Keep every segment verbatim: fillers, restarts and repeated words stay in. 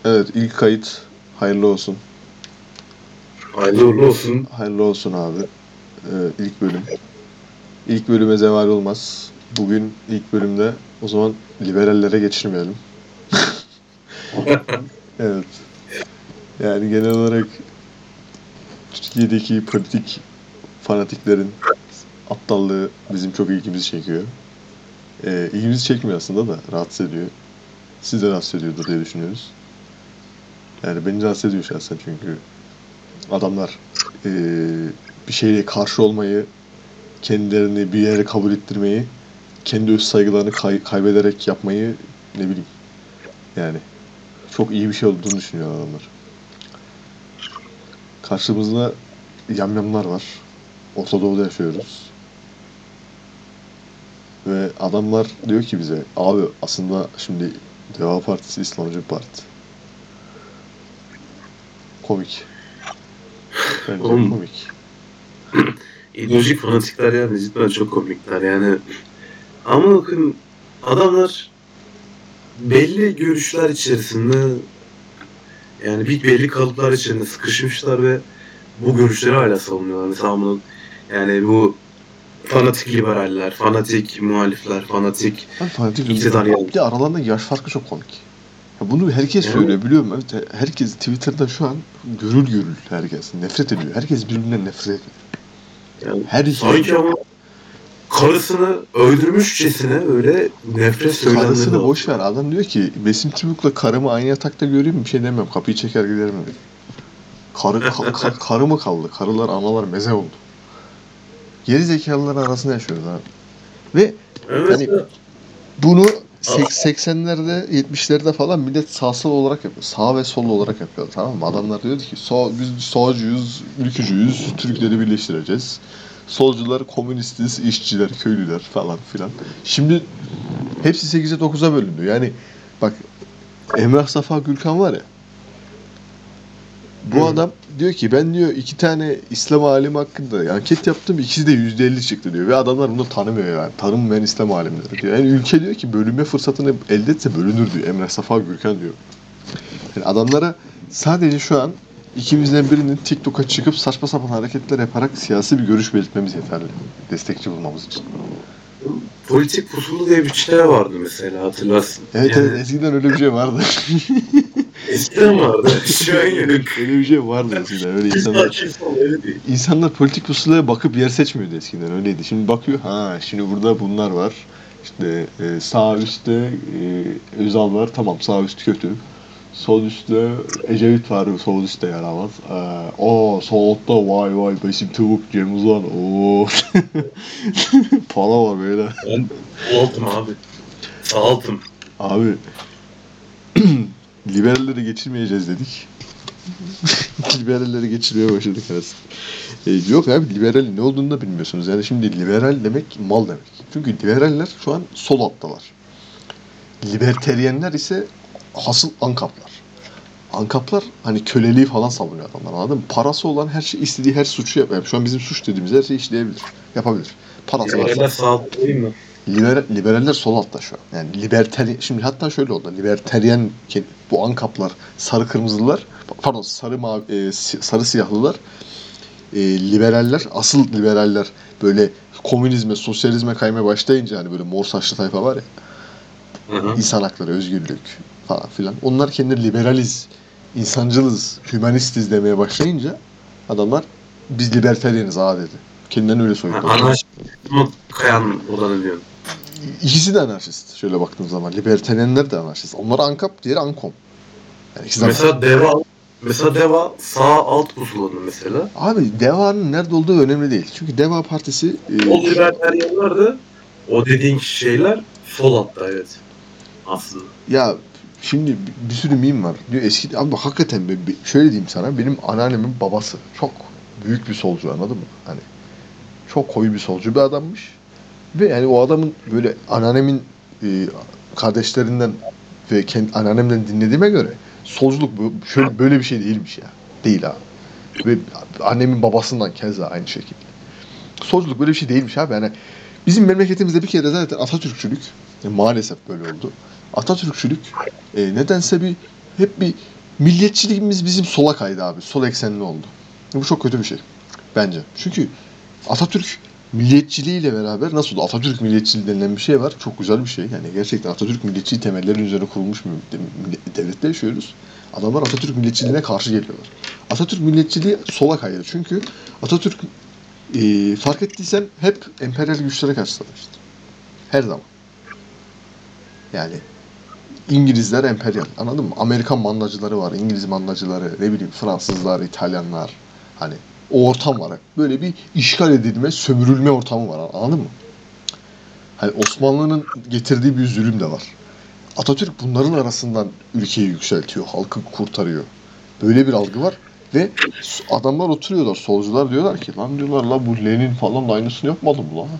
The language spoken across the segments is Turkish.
Evet, ilk kayıt hayırlı olsun. Hayırlı uğurlu olsun. Hayırlı olsun abi. Ee, ilk bölüm. İlk bölüme zeval olmaz. Bugün ilk bölümde o zaman liberallere geçirmeyelim. Evet. Yani genel olarak Türkiye'deki politik fanatiklerin aptallığı bizim çok ilgimizi çekiyor. Ee, ilgimizi çekmiyor aslında da rahatsız ediyor. Siz de rahatsız ediyordur diye düşünüyoruz. Yani beni rahatsız ediyor şahsen çünkü adamlar ee, bir şeye karşı olmayı, kendilerini bir yere kabul ettirmeyi, kendi öz saygılarını kay- kaybederek yapmayı ne bileyim yani çok iyi bir şey olduğunu düşünüyor adamlar. Karşımızda yamyamlar var. Orta Doğu'da yaşıyoruz. Ve adamlar diyor ki bize abi aslında şimdi Deva Partisi İslamcı bir parti. Komik. Bence Oğlum, komik. ideolojik fanatikler yani cidden çok komikler yani. Ama bakın adamlar belli görüşler içerisinde yani bir belli kalıplar içerisinde sıkışmışlar ve bu görüşleri hala savunuyorlar. Mesela bunun yani bu fanatik liberaller, fanatik muhalifler, fanatik Abi fanatik iktidar bir yanlısı. de aralarında yaş farkı çok komik. Ya bunu herkes Yani, söylüyor biliyorum. Evet, herkes Twitter'da şu an görül görül herkes. Nefret ediyor. Herkes birbirinden nefret ediyor. yani Herkes. sanki ama karısını öldürmüşçesine öyle nefret söylemleri Karısını var. boş ver. Adam diyor ki Besim Tübük'le karımı aynı yatakta göreyim bir şey demem. Kapıyı çeker giderim diyor. Karı, ka- ka- karı mı kaldı? Karılar analar meze oldu. Geri zekalılar arasında yaşıyoruz abi. Ve Evet. hani bunu seksenlerde yetmişlerde falan millet sağsal olarak yapıyor. Sağ ve sol olarak yapıyor, tamam mı? Adamlar diyordu ki so, biz sağcıyız, ülkücüyüz, Türkleri birleştireceğiz. Solcular komünistiz, işçiler, köylüler falan filan. Şimdi hepsi sekize dokuza bölündü. Yani bak Emrah Safa Gürkan var ya. Bu Hı. adam diyor ki ben diyor iki tane İslam alimi hakkında anket yaptım, ikisi de yüzde elli çıktı diyor. Ve adamlar bunu tanımıyor yani. Tanınmayan İslam alimleri diyor. Yani ülke diyor ki bölünme fırsatını elde etse bölünür diyor. Emrah Safa Gürkan diyor. Yani adamlara sadece şu an ikimizden birinin TikTok'a çıkıp saçma sapan hareketler yaparak siyasi bir görüş belirtmemiz yeterli. Destekçi bulmamız için. Politik pusulu diye bir şey vardı mesela, hatırlarsın. Evet Yani evet, eskiden öyle bir şey vardı. eskiden vardı. Şu an yok. Öyle bir şey vardı eskiden. Öyle insanlar Kimse öyle değil. İnsanlar politik pusulaya bakıp yer seçmiyordu eskiden, öyleydi. Şimdi bakıyor, ha şimdi burada bunlar var. İşte e, sağ üstte e, Özal var, tamam sağ üst kötü. Sol üstte Ecevit var, sol üstte yaramaz. Ee, o sol altta vay vay Besim Tavuk, Cem Uzan, ooo. Para var böyle. Ben altım abi. Sağ altım. Abi liberalleri geçirmeyeceğiz dedik. Liberalleri geçirmeye başladık arasında. E, yok abi, liberal ne olduğunu da bilmiyorsunuz. Yani şimdi liberal demek mal demek. Çünkü liberaller şu an sol alttalar. Liberteryenler ise hasıl ankaplar. Ankaplar hani köleliği falan savunuyor adamlar, anladın mı? Parası olan her şey, istediği her suçu yapar. Yani şu an bizim suç dediğimiz her şeyi işleyebilir. Yapabilir. Parası varsa. Liberaller sağ altı değil mi? Liberal, liberaller sol altta şu an. Yani liberteryen, şimdi hatta şöyle oldu. Liberteryen bu ankaplar, sarı kırmızılar, pardon sarı mavi, e, sarı siyahlılar, e, liberaller, asıl liberaller böyle komünizme, sosyalizme kaymaya başlayınca, hani böyle mor saçlı tayfa var ya, Hı hı. insan hakları, özgürlük falan filan. Onlar kendi liberaliz, insancılız, hümanistiz demeye başlayınca adamlar biz libertaryeniz ha dedi. Kendilerini öyle Ha, soyutladı. anarşizme kayan olanı diyorum. İkisi de anarşist. Şöyle baktığın zaman libertaryenler de anarşist. Onlar ankap, diğeri ankom. Yani ikisi de Mesela anarşist. deva mesela deva sağ alt pusuladı mesela. Abi Deva'nın nerede olduğu önemli değil. Çünkü Deva Partisi e, O libertaryenler de o dediğin şeyler sol altta, evet. Aslında. ya şimdi bir sürü meme var. Diyor eski abi hakikaten be- be- şöyle diyeyim sana, benim anneannemin babası çok büyük bir solcu, anladın mı? Hani çok koyu bir solcu bir adammış. Ve yani o adamın böyle anneannemin e, kardeşlerinden ve kendi anneannemden dinlediğime göre solculuk bu, şöyle böyle bir şey değilmiş ya. Değil ha. Ve annemin babasından keza aynı şekilde. Solculuk böyle bir şey değilmiş abi. Yani bizim memleketimizde bir kere zaten Atatürkçülük, e, maalesef böyle oldu. Atatürkçülük e, nedense bir hep bir milliyetçiliğimiz bizim sola kaydı abi. Sol eksenli oldu. Bu çok kötü bir şey. Bence. Çünkü Atatürk milliyetçiliğiyle beraber nasıl oldu? Atatürk milliyetçiliği denilen bir şey var. Çok güzel bir şey. Yani gerçekten Atatürk milliyetçiliği temelleri üzerine kurulmuş bir devlette yaşıyoruz. Adamlar Atatürk milliyetçiliğine karşı geliyorlar. Atatürk milliyetçiliği sola kaydı. Çünkü Atatürk e, fark ettiysen hep emperyal güçlere karşı savaştı. Her zaman. Yani İngilizler emperyal. Anladın mı? Amerikan mandacıları var. İngiliz mandacıları. Ne bileyim Fransızlar, İtalyanlar. Hani o ortam var. Böyle bir işgal edilme, sömürülme ortamı var. Anladın mı? Hani Osmanlı'nın getirdiği bir zulüm de var. Atatürk bunların arasından ülkeyi yükseltiyor. Halkı kurtarıyor. Böyle bir algı var. Ve adamlar oturuyorlar. Solcular diyorlar ki lan diyorlar la bu Lenin falan da aynısını yapmadı mı lan?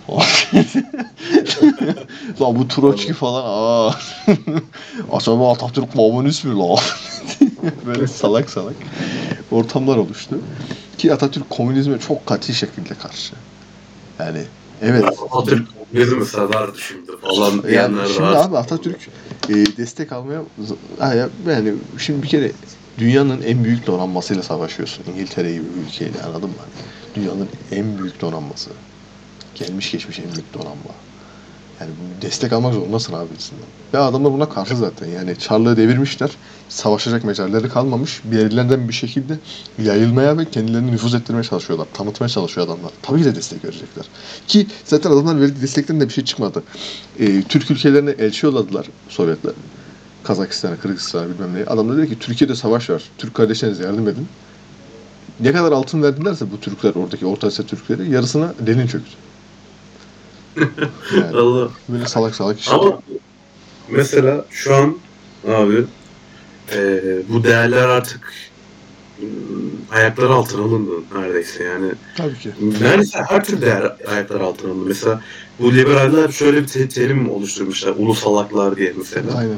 La bu Troçki falan aa. Acaba Atatürk komünist mi la? Böyle salak salak ortamlar oluştu. Ki Atatürk komünizme çok katı şekilde karşı. Yani evet. Atatürk komünizmi severdi şimdi falan Yani diyenler şimdi var. abi Atatürk e, destek almaya yani şimdi bir kere dünyanın en büyük donanmasıyla savaşıyorsun. İngiltere gibi bir ülkeyle anladın mı? Dünyanın en büyük donanması. Gelmiş geçmiş en büyük donanma. Yani bu destek almak zorundasın abi içinden. Ve adamlar buna karşı zaten. Yani Çarlığı devirmişler. Savaşacak mecalleri kalmamış. Bir yerlerden bir şekilde yayılmaya ve kendilerini nüfuz ettirmeye çalışıyorlar. Tanıtmaya çalışıyor adamlar. Tabii ki de destek verecekler. Ki zaten adamlar verdiği destekten de bir şey çıkmadı. Ee, Türk ülkelerine elçi yolladılar Sovyetler. Kazakistan'a, Kırgızistan'a bilmem neye. Adamlar dedi ki Türkiye'de savaş var. Türk kardeşlerinize yardım edin. Ne kadar altın verdilerse bu Türkler, oradaki Orta Asya Türkleri yarısına Lenin çöktü. Yani Allah. böyle salak salak işler. Ama mesela şu an abi e, bu değerler artık ım, ayaklar altına alındı neredeyse yani. Tabii ki. Neredeyse her tür değer ayaklar altına alındı. Mesela bu liberaller şöyle bir te- terim oluşturmuşlar. Ulusal haklar diye mesela. Aynen.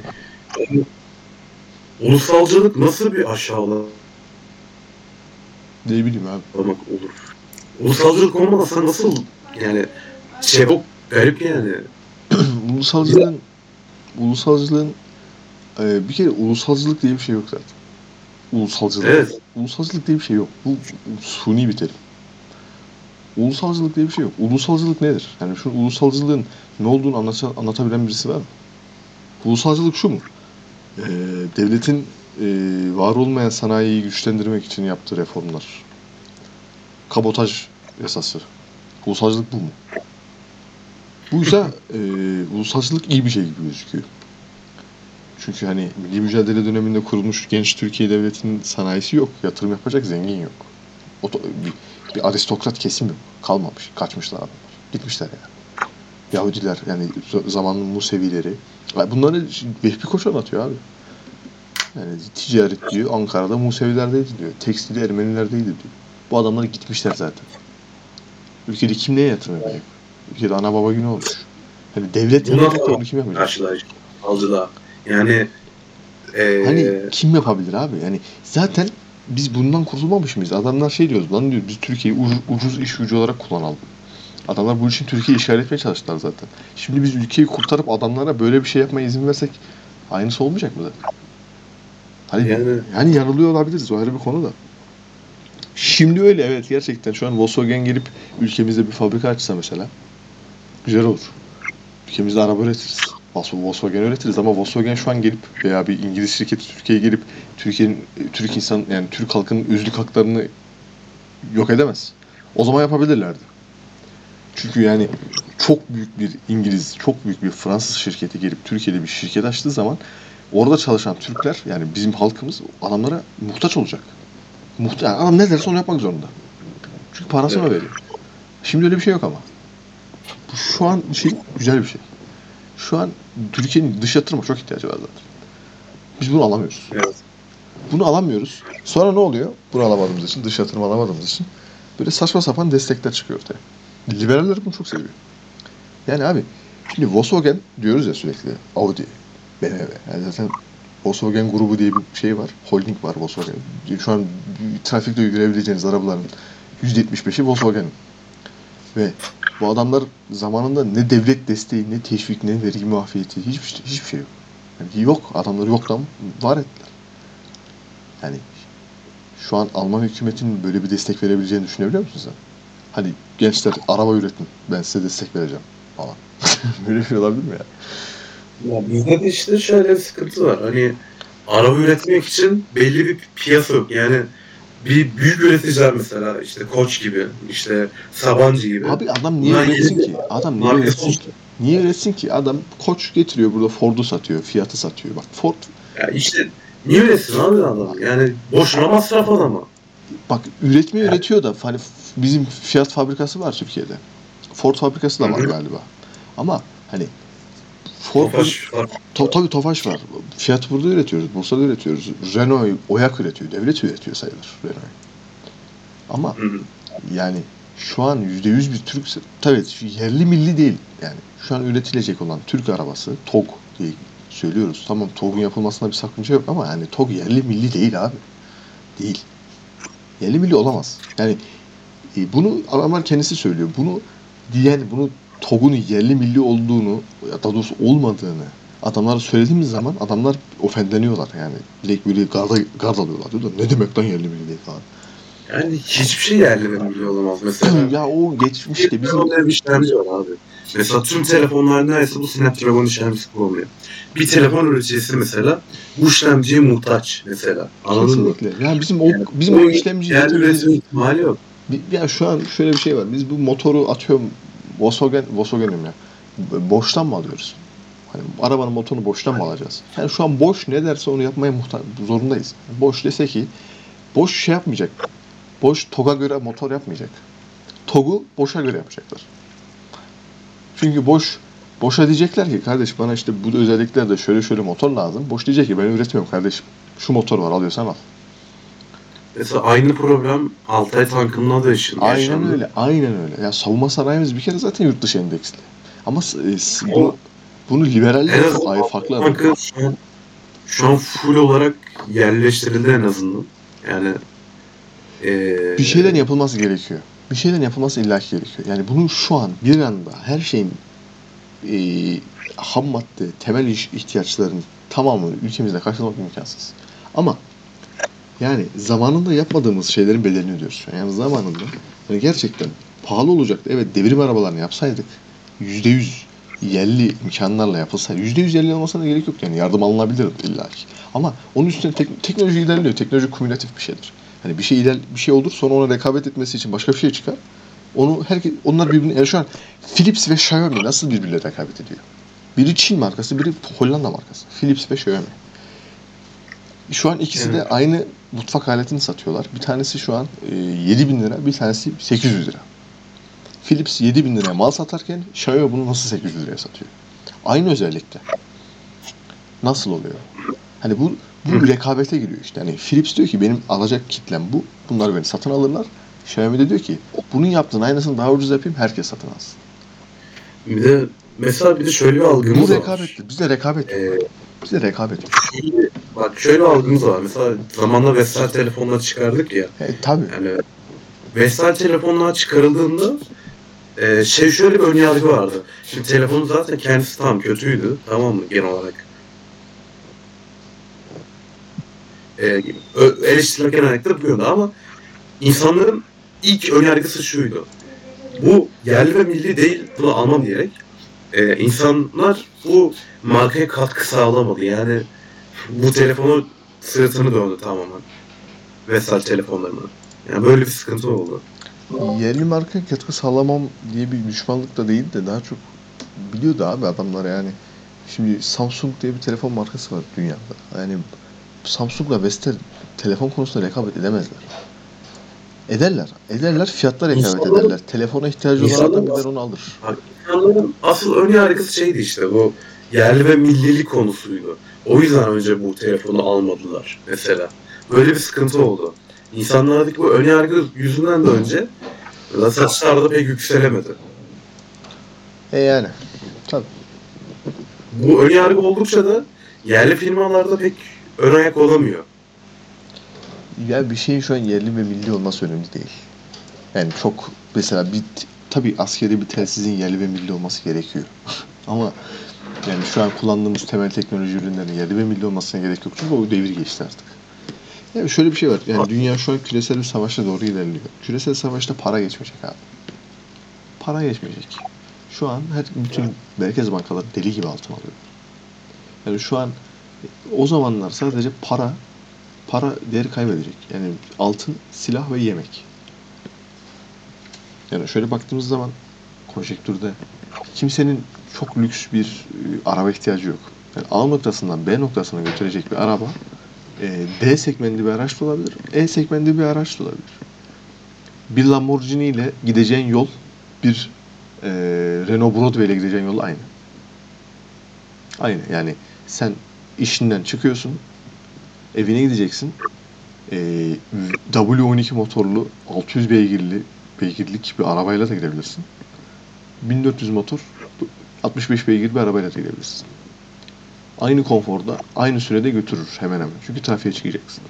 Ulusalcılık nasıl bir aşağılamak Ne bileyim abi. olur? Ulusalcılık olmasa nasıl yani şey çok garip yani. Ulusalcılığın ulusalcılığın e, bir kere ulusalcılık diye bir şey yok zaten. Ulusalcılık. Evet. Ulusalcılık diye bir şey yok. Bu suni bir terim. Ulusalcılık diye bir şey yok. Ulusalcılık nedir? Yani şu ulusalcılığın ne olduğunu anlata, anlatabilen birisi var mı? Ulusalcılık şu mu? E, devletin e, var olmayan sanayiyi güçlendirmek için yaptığı reformlar. Kabotaj yasası. Ulusalcılık bu mu? Buysa e, ulusalcılık iyi bir şey gibi gözüküyor. Çünkü hani milli mücadele döneminde kurulmuş genç Türkiye Devleti'nin sanayisi yok. Yatırım yapacak zengin yok. Oto, bir, bir aristokrat kesim yok. Kalmamış. Kaçmışlar adamlar. Gitmişler yani. Yahudiler yani zamanın Musevileri. Bunları Vehbi Koç anlatıyor abi. Yani ticaret diyor Ankara'da Musevilerdeydi diyor. Tekstili Ermenilerdeydi diyor. Bu adamlar gitmişler zaten. Ülkede kim neye yatırım yapacak? Ülkede ana baba günü olmuş. Hani devlet Buna yapacak da bunu kim yapacak? karşılaştık. Alıcılar. Yani ee, Hani kim yapabilir abi? Yani zaten biz bundan kurtulmamış mıyız? Adamlar şey diyoruz lan diyor biz Türkiye'yi ucuz, ucuz iş gücü olarak kullanalım. Adamlar bu için Türkiye'yi işgal etmeye çalıştılar zaten. Şimdi biz ülkeyi kurtarıp adamlara böyle bir şey yapmaya izin versek aynısı olmayacak mı zaten? Hani yani yani yanılıyor olabiliriz o ayrı bir konu da. Şimdi öyle evet gerçekten şu an Volkswagen gelip ülkemizde bir fabrika açsa mesela güzel olur. Ülkemizde araba üretiriz. Volkswagen üretiriz ama Volkswagen şu an gelip veya bir İngiliz şirketi Türkiye'ye gelip Türkiye'nin Türk insan yani Türk halkının özlük haklarını yok edemez. O zaman yapabilirlerdi. Çünkü yani çok büyük bir İngiliz, çok büyük bir Fransız şirketi gelip Türkiye'de bir şirket açtığı zaman orada çalışan Türkler yani bizim halkımız adamlara muhtaç olacak. Muhta yani adam ne derse onu yapmak zorunda. Çünkü parasını evet. veriyor. Şimdi öyle bir şey yok ama. Bu şu an şey güzel bir şey. Şu an Türkiye'nin dış yatırıma çok ihtiyacı var zaten. Biz bunu alamıyoruz. Evet. Bunu alamıyoruz. Sonra ne oluyor? Bunu alamadığımız için, dış yatırım alamadığımız için böyle saçma sapan destekler çıkıyor ortaya. Liberaller bunu çok seviyor. Yani abi şimdi Volkswagen diyoruz ya sürekli. Audi, B M W. Yani zaten Volkswagen grubu diye bir şey var. Holding var Volkswagen. Şu an trafikte görebileceğiniz arabaların yüzde yetmiş beşi Volkswagen. Ve bu adamlar zamanında ne devlet desteği, ne teşvik, ne vergi muafiyeti hiçbir, hiçbir şey yok. Yani yok. Adamları yoktan var ettiler. Yani şu an Alman hükümetinin böyle bir destek verebileceğini düşünebiliyor musun sen? Hani gençler araba üretin, ben size destek vereceğim falan. Böyle bir şey olabilir mi ya? Ya bizde de işte şöyle bir sıkıntı var. Hani araba üretmek için belli bir piyasa yok. Yani bir büyük üreticiler mesela işte Koç gibi, işte Sabancı gibi. Abi adam niye Bunlar üretsin yeni ki? Adam niye markası üretsin oluştu. ki? Niye üretsin ki? Adam Koç getiriyor burada Ford'u satıyor, Fiat'ı satıyor. Bak Ford, Ya işte niye üretsin abi adam? Yani boşuna masraf adama. bak üretme Yani, üretiyor da hani bizim Fiat fabrikası var Türkiye'de. Ford fabrikası hı da var hı. galiba. Ama hani Ford'un Tofaş var. to, tabii Tofaş var. Fiat burada üretiyoruz, Bursa'da üretiyoruz. Renault Oyak üretiyor, devlet üretiyor sayılır Renault. Ama Hı hı. yani şu an yüzde yüz bir Türk, tabii yerli milli değil. Yani şu an üretilecek olan Türk arabası TOG diye söylüyoruz. Tamam TOG'un yapılmasında bir sakınca yok ama yani TOG yerli milli değil abi. Değil. Yerli milli olamaz. Yani e, bunu adamlar kendisi söylüyor. Bunu diyen, bunu TOG'un yerli milli olduğunu, ya daha doğrusu olmadığını adamlara söylediğimiz zaman adamlar ofendleniyorlar yani. Direkt böyle garda, gard alıyorlar. Diyorlar ne demek lan yerli milli değil falan. Yani hiçbir şey yerli ve milli olamaz. Mesela Ya o geçmişte bizim Snapdragon diye bir işlemci var abi. Mesela tüm telefonlar neredeyse bu Snapdragon işlemcisi kullanıyor. Bir telefon üreticisi mesela bu işlemciye muhtaç mesela. Anladın mı? kesinlikle. Yani bizim o Yani bizim o o işlemciyi yerli zaten biz üretim ihtimali yok. bi- ya şu an şöyle bir şey var. Biz bu motoru atıyorum Volkswagen Volkswagen'im ya. B- Boştan mı alıyoruz? Hani arabanın motorunu boştan mı alacağız? Yani şu an boş ne derse onu yapmaya muhta- zorundayız. Boş dese ki boş şey yapmayacak. Boş TOG'a göre motor yapmayacak. TOG'u boşa göre yapacaklar. Çünkü boş boşa diyecekler ki kardeş bana işte bu özelliklerde şöyle şöyle motor lazım. Boş diyecek ki ben üretmiyorum kardeşim. Şu motor var alıyorsan al. Mesela aynı problem Altay tankında da yaşan- Aynen yaşandı. öyle. Aynen öyle. Ya savunma sanayimiz bir kere zaten yurt dışı endeksli. Ama s- e, s- bunu O bunu liberaller en çok azından ayrı Altay farklı alıyor. tankı şu an, şu an full olarak yerleştirildi en azından. Yani Bir şeylerin eee yapılması gerekiyor. Bir şeylerin yapılması illaki gerekiyor. Yani bunu şu an bir anda her şeyin e, ham madde, temel iş, ihtiyaçların tamamını ülkemizde karşılamak imkansız. Ama yani zamanında yapmadığımız şeylerin bedelini ödüyoruz şu an. Yani zamanında yani gerçekten pahalı olacaktı. Evet devrim arabalarını yapsaydık yüzde yüz yerli imkanlarla yapılsaydı yüzde yüz yerli olmasına gerek yok yani yardım alınabilirdi illa ki. Ama onun üstüne tek, teknoloji ilerliyor. Teknoloji kumülatif bir şeydir. Hani bir şey iler, bir şey olur sonra ona rekabet etmesi için başka bir şey çıkar. Onu herkes onlar birbirine yani şu an Philips ve Xiaomi nasıl birbiriyle rekabet ediyor? Biri Çin markası, biri Hollanda markası. Philips ve Xiaomi. Şu an ikisi yani de aynı mutfak aletini satıyorlar. Bir tanesi şu an e, yedi bin lira, bir tanesi sekiz yüz lira. Philips yedi bin liraya mal satarken Xiaomi bunu nasıl sekiz yüz liraya satıyor? Aynı özellikte. Nasıl oluyor? Hani bu bu rekabete giriyor işte. Hani Philips diyor ki benim alacak kitlem bu. Bunlar beni satın alırlar. Xiaomi de diyor ki bunun yaptığın aynısını daha ucuz yapayım herkes satın alsın. bir de mesela bir de şöyle bir Bu algımız da var. rekabettir. Bizde rekabet yok. Eee Bizde rekabet yok. şöyle, bak şöyle bir algımız var. Mesela zamanla Vestel telefonları çıkardık ya. E tabi. Yani Vestel telefonlar çıkarıldığında e, şey şöyle bir önyargı vardı. Şimdi telefonun zaten kendisi tam kötüydü. Tamam mı genel olarak? E, ö- eleştirilen genellikle bu yönde ama insanların ilk önyargısı şuydu. Bu yerli ve milli değil, bunu almam diyerek e, insanlar bu markaya katkı sağlamadı. Yani bu telefonu sırtını döndü tamamen. Vestel telefonlarına. Yani böyle bir sıkıntı oldu. Yerli marka katkı sağlamam diye bir düşmanlık da değil de daha çok biliyordu abi adamlar yani. Şimdi Samsung diye bir telefon markası var dünyada. Yani Samsung'la Vestel telefon konusunda rekabet edemezler. Ederler. Ederler fiyatla rekabet İnsanların, ederler. Telefona ihtiyacı olan adam insanların gider onu alır. Bak, insanların asıl ön yargısı şeydi işte bu yerli ve millilik konusuydu. O yüzden önce bu telefonu almadılar mesela. Böyle bir sıkıntı oldu. İnsanlardaki bu ön yargı yüzünden de önce mesela satışlar da pek yükselemedi. E yani. Tabii. Bu ön yargı oldukça da yerli firmalarda pek ön ayak olamıyor. Ya bir şeyin şu an yerli ve milli olması önemli değil. Yani çok mesela bir tabii askeri bir telsizin yerli ve milli olması gerekiyor. Ama yani şu an kullandığımız temel teknoloji ürünlerinin yerli ve milli olmasına gerek yok çünkü o devir geçti artık. Yani şöyle bir şey var. Yani dünya şu an küresel bir savaşa doğru ilerliyor. Küresel savaşta para geçmeyecek abi. Para geçmeyecek. Şu an her bütün merkez bankaları deli gibi altın alıyor. Yani şu an o zamanlar sadece para para değeri kaybedecek. Yani altın, silah ve yemek. Yani şöyle baktığımız zaman konjektürde kimsenin çok lüks bir e, araba ihtiyacı yok. Yani A noktasından B noktasına götürecek bir araba e, D segmenti bir araç da olabilir, E segmenti bir araç da olabilir. Bir Lamborghini ile gideceğin yol bir e, Renault Broadway ile gideceğin yol aynı. Aynı yani sen işinden çıkıyorsun, evine gideceksin. E, W on iki motorlu altı yüz beygirli beygirlik bir arabayla da gidebilirsin. bin dört yüz motor altmış beş beygir bir arabayla da gidebilirsin. Aynı konforda, aynı sürede götürür hemen hemen. Çünkü trafiğe çıkacaksın.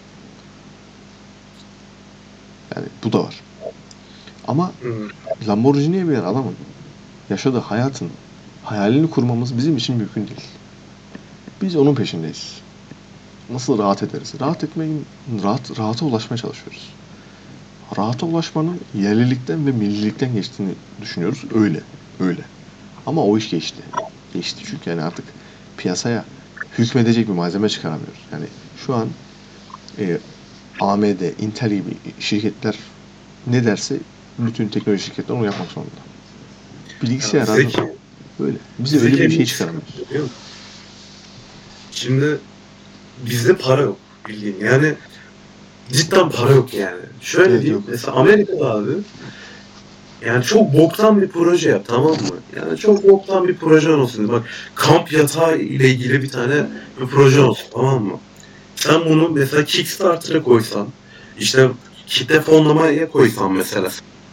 Yani bu da var. Ama Hı. Lamborghini'ye binen adamın yaşadığı hayatın hayalini kurmamız bizim için mümkün değil. Biz onun peşindeyiz. Nasıl rahat ederiz? Rahat etmeyin, rahat, rahata ulaşmaya çalışıyoruz. Rahata ulaşmanın yerlilikten ve millilikten geçtiğini düşünüyoruz. Öyle. Öyle. Ama o iş geçti. Geçti çünkü yani artık piyasaya hükmedecek bir malzeme çıkaramıyoruz. Yani şu an e, A M D, Intel gibi şirketler ne derse bütün teknoloji şirketleri onu yapmak zorunda. Ya Bilgisayar abi bizdeki, böyle. Bize öyle bizdeki en bir şey büyük sıkıntı çıkaramıyoruz. biliyor musun? Şimdi bizde para yok bildiğin. Yani cidden para yok yani. Şöyle Evet diyeyim. yok. Mesela Amerika'da abi yani çok boktan bir proje yap, tamam mı? Yani çok boktan bir proje olsun. Bak, kamp yatağı ile ilgili bir tane bir proje olsun, tamam mı? Sen bunu mesela Kickstarter'a koysan, işte kitle fonlamaya koysan mesela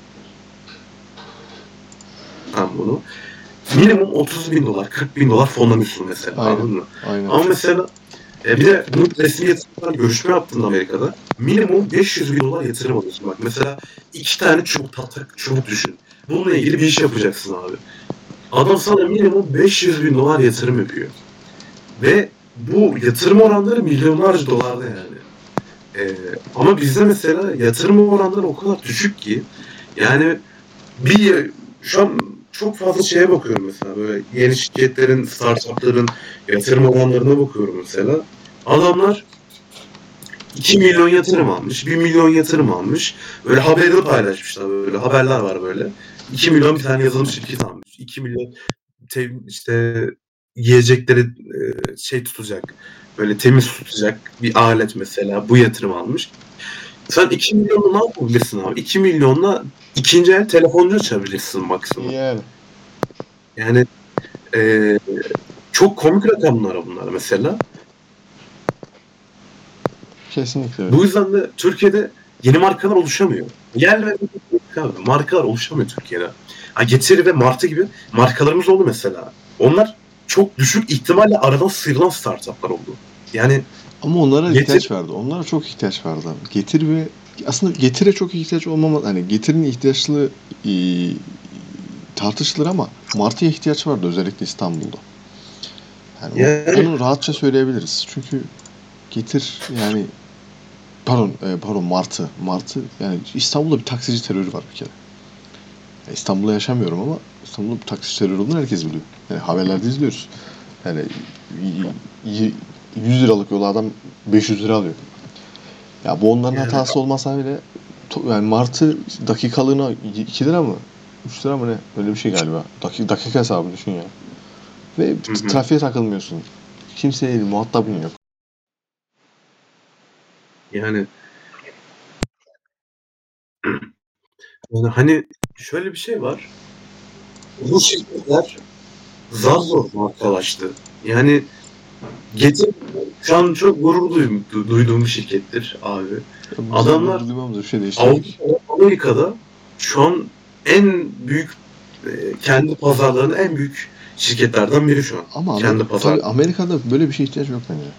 sen bunu. Minimum otuz bin dolar, kırk bin dolar fonlanıyorsun mesela, Aynen. anladın mı? Aynen. Ama mesela e, bir de bunun resmi yatırımlarla görüşme yaptığında Amerika'da minimum beş yüz bin dolar yatırım alıyorsun. Bak mesela iki tane çubuk, tahta çubuk düşün. Bununla ilgili bir iş yapacaksın abi. Adam sana minimum beş yüz bin dolar yatırım yapıyor. Ve bu yatırım oranları milyonlarca dolarda yani. Ee, ama bizde mesela yatırım oranları o kadar düşük ki yani bir şu an çok fazla şeye bakıyorum mesela, böyle yeni şirketlerin, startupların yatırım oranlarına bakıyorum mesela. Adamlar iki milyon yatırım almış, bir milyon yatırım almış. Böyle haberi paylaşmışlar, böyle haberler var böyle. iki milyon bir tane yazılım şirketi almış. iki milyon te, işte yiyecekleri e, şey tutacak, böyle temiz tutacak bir alet mesela, bu yatırım almış. Sen iki milyonla ne yapabilirsin abi? iki milyonla ikinci el telefoncu açabilirsin maksimum. Yani. Yani e, çok komik rakamlar bunlar mesela. Kesinlikle öyle. Bu yüzden de Türkiye'de yeni markalar oluşamıyor. Yer ve abi, markalar oluşamıyor Türkiye'de. Ha, Getiri ve Martı gibi markalarımız oldu mesela. Onlar çok düşük ihtimalle aradan sıyrılan startuplar oldu. Yani Ama onlara Getir ihtiyaç vardı. Onlara çok ihtiyaç vardı abi. Getir ve aslında getire çok ihtiyaç olmama hani getirin ihtiyaçlı e, tartışılır ama Martı'ya ihtiyaç vardı özellikle İstanbul'da. Yani o, yani onu rahatça söyleyebiliriz. Çünkü getir yani pardon e, pardon Martı. Martı yani İstanbul'da bir taksici terörü var bir kere. Ya İstanbul'da yaşamıyorum ama İstanbul'da bir taksici terörü olduğunu herkes biliyor. Yani haberlerde izliyoruz. Yani y- y- yüz liralık yolu adam beş yüz lira alıyor. Ya bu onların yani hatası olmasa bile to- yani Martı dakikalığına iki lira mı? üç lira mı ne? Öyle bir şey galiba. Dakika, dakika hesabı düşün ya. Ve hı hı. trafiğe takılmıyorsun. Kimseyle muhatabın yok. Yani yani hani şöyle bir şey var. Bu şirketler zar zor markalaştı. Yani Getir şu an çok gurur duydum, duyduğum bir şirkettir abi. Ya bizim Adamlar gurur duymamızda bir şey değiştirmiyor ki. Avrupa, Amerika'da şu an en büyük e, kendi pazarlarının en büyük şirketlerden biri şu an. Ama Amer Kendi pazar. tabii Amerika'da böyle bir şeye ihtiyaç yok bence.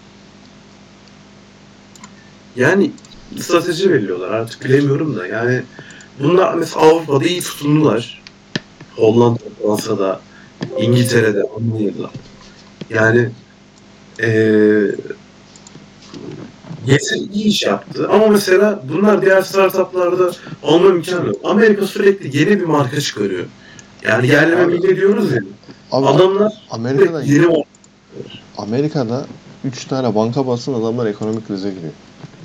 Yani strateji belirliyorlar artık, bilemiyorum da yani bunlar mesela Avrupa'da iyi tutundular. Hollanda, Fransa'da, İngiltere'de, Almanya'da. Yani eee Getir iyi iş yaptı. Ama mesela bunlar diğer startuplarda olma imkanı yok. Amerika sürekli yeni bir marka çıkarıyor. Yani yerleme Abi, milli diyoruz ya. abi Adamlar Amerika'da sürekli yeni Amerika'da üç tane banka bassın adamlar ekonomik krize giriyor.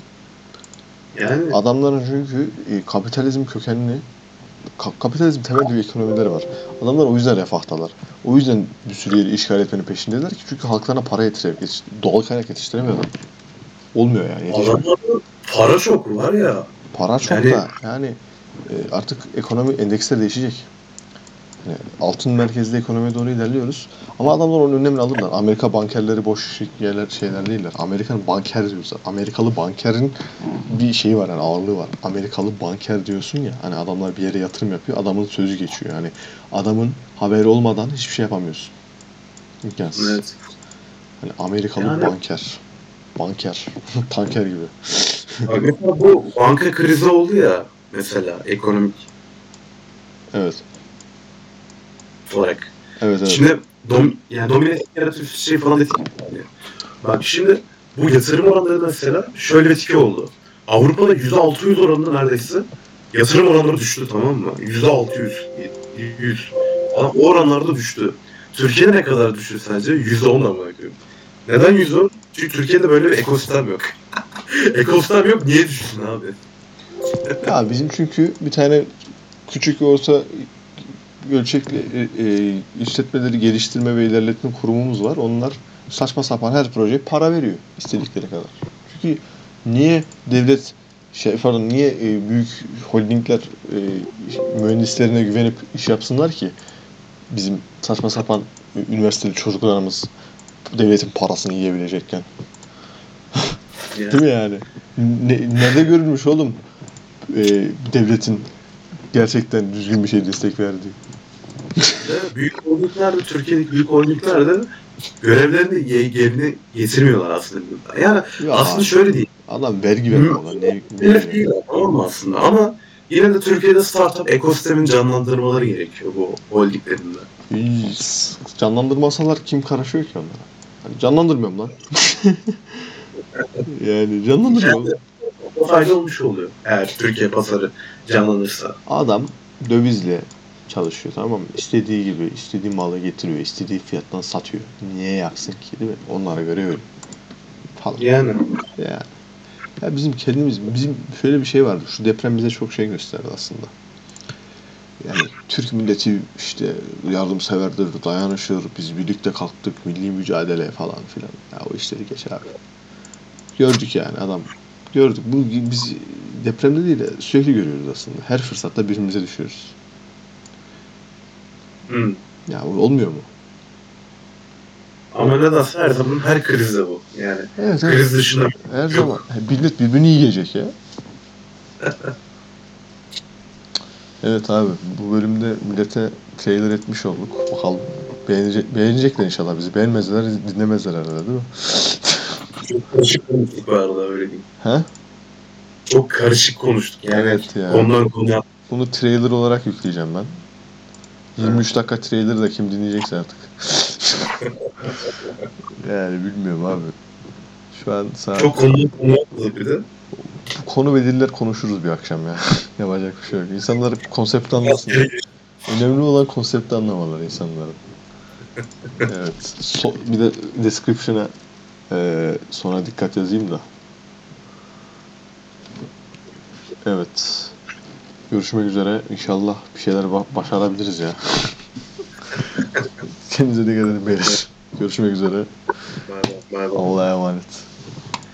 yani Adamların çünkü e, kapitalizm kökenli ka- kapitalizm temel bir ekonomileri var. Adamlar o yüzden refahtalar. O yüzden bir sürü yeri işgal etmenin peşindeler ki çünkü halklarına para yetiremiyor. Yetiş- Doğal kaynak yetiştiremiyor adam. Olmuyor yani yetişmiyor. adamlarda para çok var ya. Para çok Yani da yani e, artık ekonomi endeksleri değişecek. Yani altın merkezli ekonomiye doğru ilerliyoruz. Ama adamlar onun önlemini alırlar. Amerika bankerleri boş yerler şeyler değiller. Amerikan banker diyoruz. Amerikalı bankerin bir şeyi var yani ağırlığı var. Amerikalı banker diyorsun ya hani adamlar bir yere yatırım yapıyor. Adamın sözü geçiyor. Yani adamın haberi olmadan hiçbir şey yapamıyorsun. İmkansız. evet. Hani Amerikalı Yani banker. Banker. Tanker gibi. bak mesela bu banka krizi oldu ya mesela ekonomik Evet. olarak. Evet evet. Şimdi dom yani domine yaratıcı şey falan dedik yani. Bak şimdi bu yatırım oranları mesela şöyle bir etki oldu. Avrupa'da yüzde altı yüz oranında neredeyse yatırım oranları düştü, tamam mı? yüzde altı yüz, yüz falan o oranlarda düştü. Türkiye'de ne kadar düştü sence? yüzde on amına koyayım. Neden yüzde on? Çünkü Türkiye'de böyle bir ekosistem yok. Ekosistem yok, niye düşsün abi? Ya bizim çünkü bir tane küçük ve orta ölçekli e, e, işletmeleri geliştirme ve ilerletme kurumumuz var. Onlar saçma sapan her projeye para veriyor istedikleri kadar. Çünkü niye devlet şey pardon niye e, büyük holdingler e, mühendislerine güvenip iş yapsınlar ki bizim saçma sapan e, üniversiteli çocuklarımız devletin parasını yiyebilecekken. Yani Değil mi yani? Ne, nerede görülmüş oğlum e, devletin gerçekten düzgün bir şey destek verdiği? ve büyük holdingler de Türkiye'deki büyük holdingler de görevlerini ye- yerine getirmiyorlar aslında. Yani Yok aslında abi. şöyle değil. Adam vergi vermiyorlar. Ne, ne Hedef görevi? değil tamam mı aslında, ama yine de Türkiye'de startup ekosistemin canlandırmaları gerekiyor bu holdinglerinde. Hiç canlandırmasalar kim karışıyor ki onlara? Hani canlandırmıyorum lan. Yani canlandırmıyorum. Yani o fayda olmuş oluyor eğer Türkiye pazarı canlanırsa. Adam dövizle çalışıyor tamam mı? İstediği gibi istediği malı getiriyor. İstediği fiyattan satıyor. Niye yapsın ki değil mi? Onlara göre öyle falan. Yani Yani. Ya bizim kendimiz, bizim şöyle bir şey vardı. Şu deprem bize çok şey gösterdi aslında. Yani Türk milleti işte yardımseverdir, dayanışır, biz birlikte kalktık, milli mücadele falan filan. Ya o işleri geç abi. Gördük yani adam. Gördük. Bu biz depremde değil de sürekli görüyoruz aslında. Her fırsatta birbirimize düşüyoruz. hmm. Ya bu olmuyor mu? Ama nedense her zaman her krizde bu. Yani Evet evet. kriz dışında bir Her şey zaman. yok. Millet birbirini yiyecek ya. Evet abi. Bu bölümde millete trailer etmiş olduk. Bakalım. Beğenecek, beğenecekler inşallah bizi. Beğenmezler, dinlemezler herhalde değil mi? Çok karışık konuştuk bu arada, öyle diyeyim. He? Çok karışık konuştuk yani, Evet ya. konudan konuya. Bunu trailer olarak yükleyeceğim ben. Ha. yirmi üç dakika trailer da kim dinleyecekse artık. Yani bilmiyorum abi. Şu an saat Çok konudan konuya atladık bir de. konu belirler konuşuruz bir akşam ya. Yapacak bir şey yok. İnsanlar konsepti Biraz anlasınlar. geri geç. Önemli olan konsepti anlamaları insanların. Evet. So- bir de description'a eee sonra dikkat yazayım da. Evet. Görüşmek üzere. İnşallah bir şeyler ba- başarabiliriz ya. Kendinize dikkat edin beyler. Görüşmek üzere. Bay bay. Bay bay. Allah'a emanet.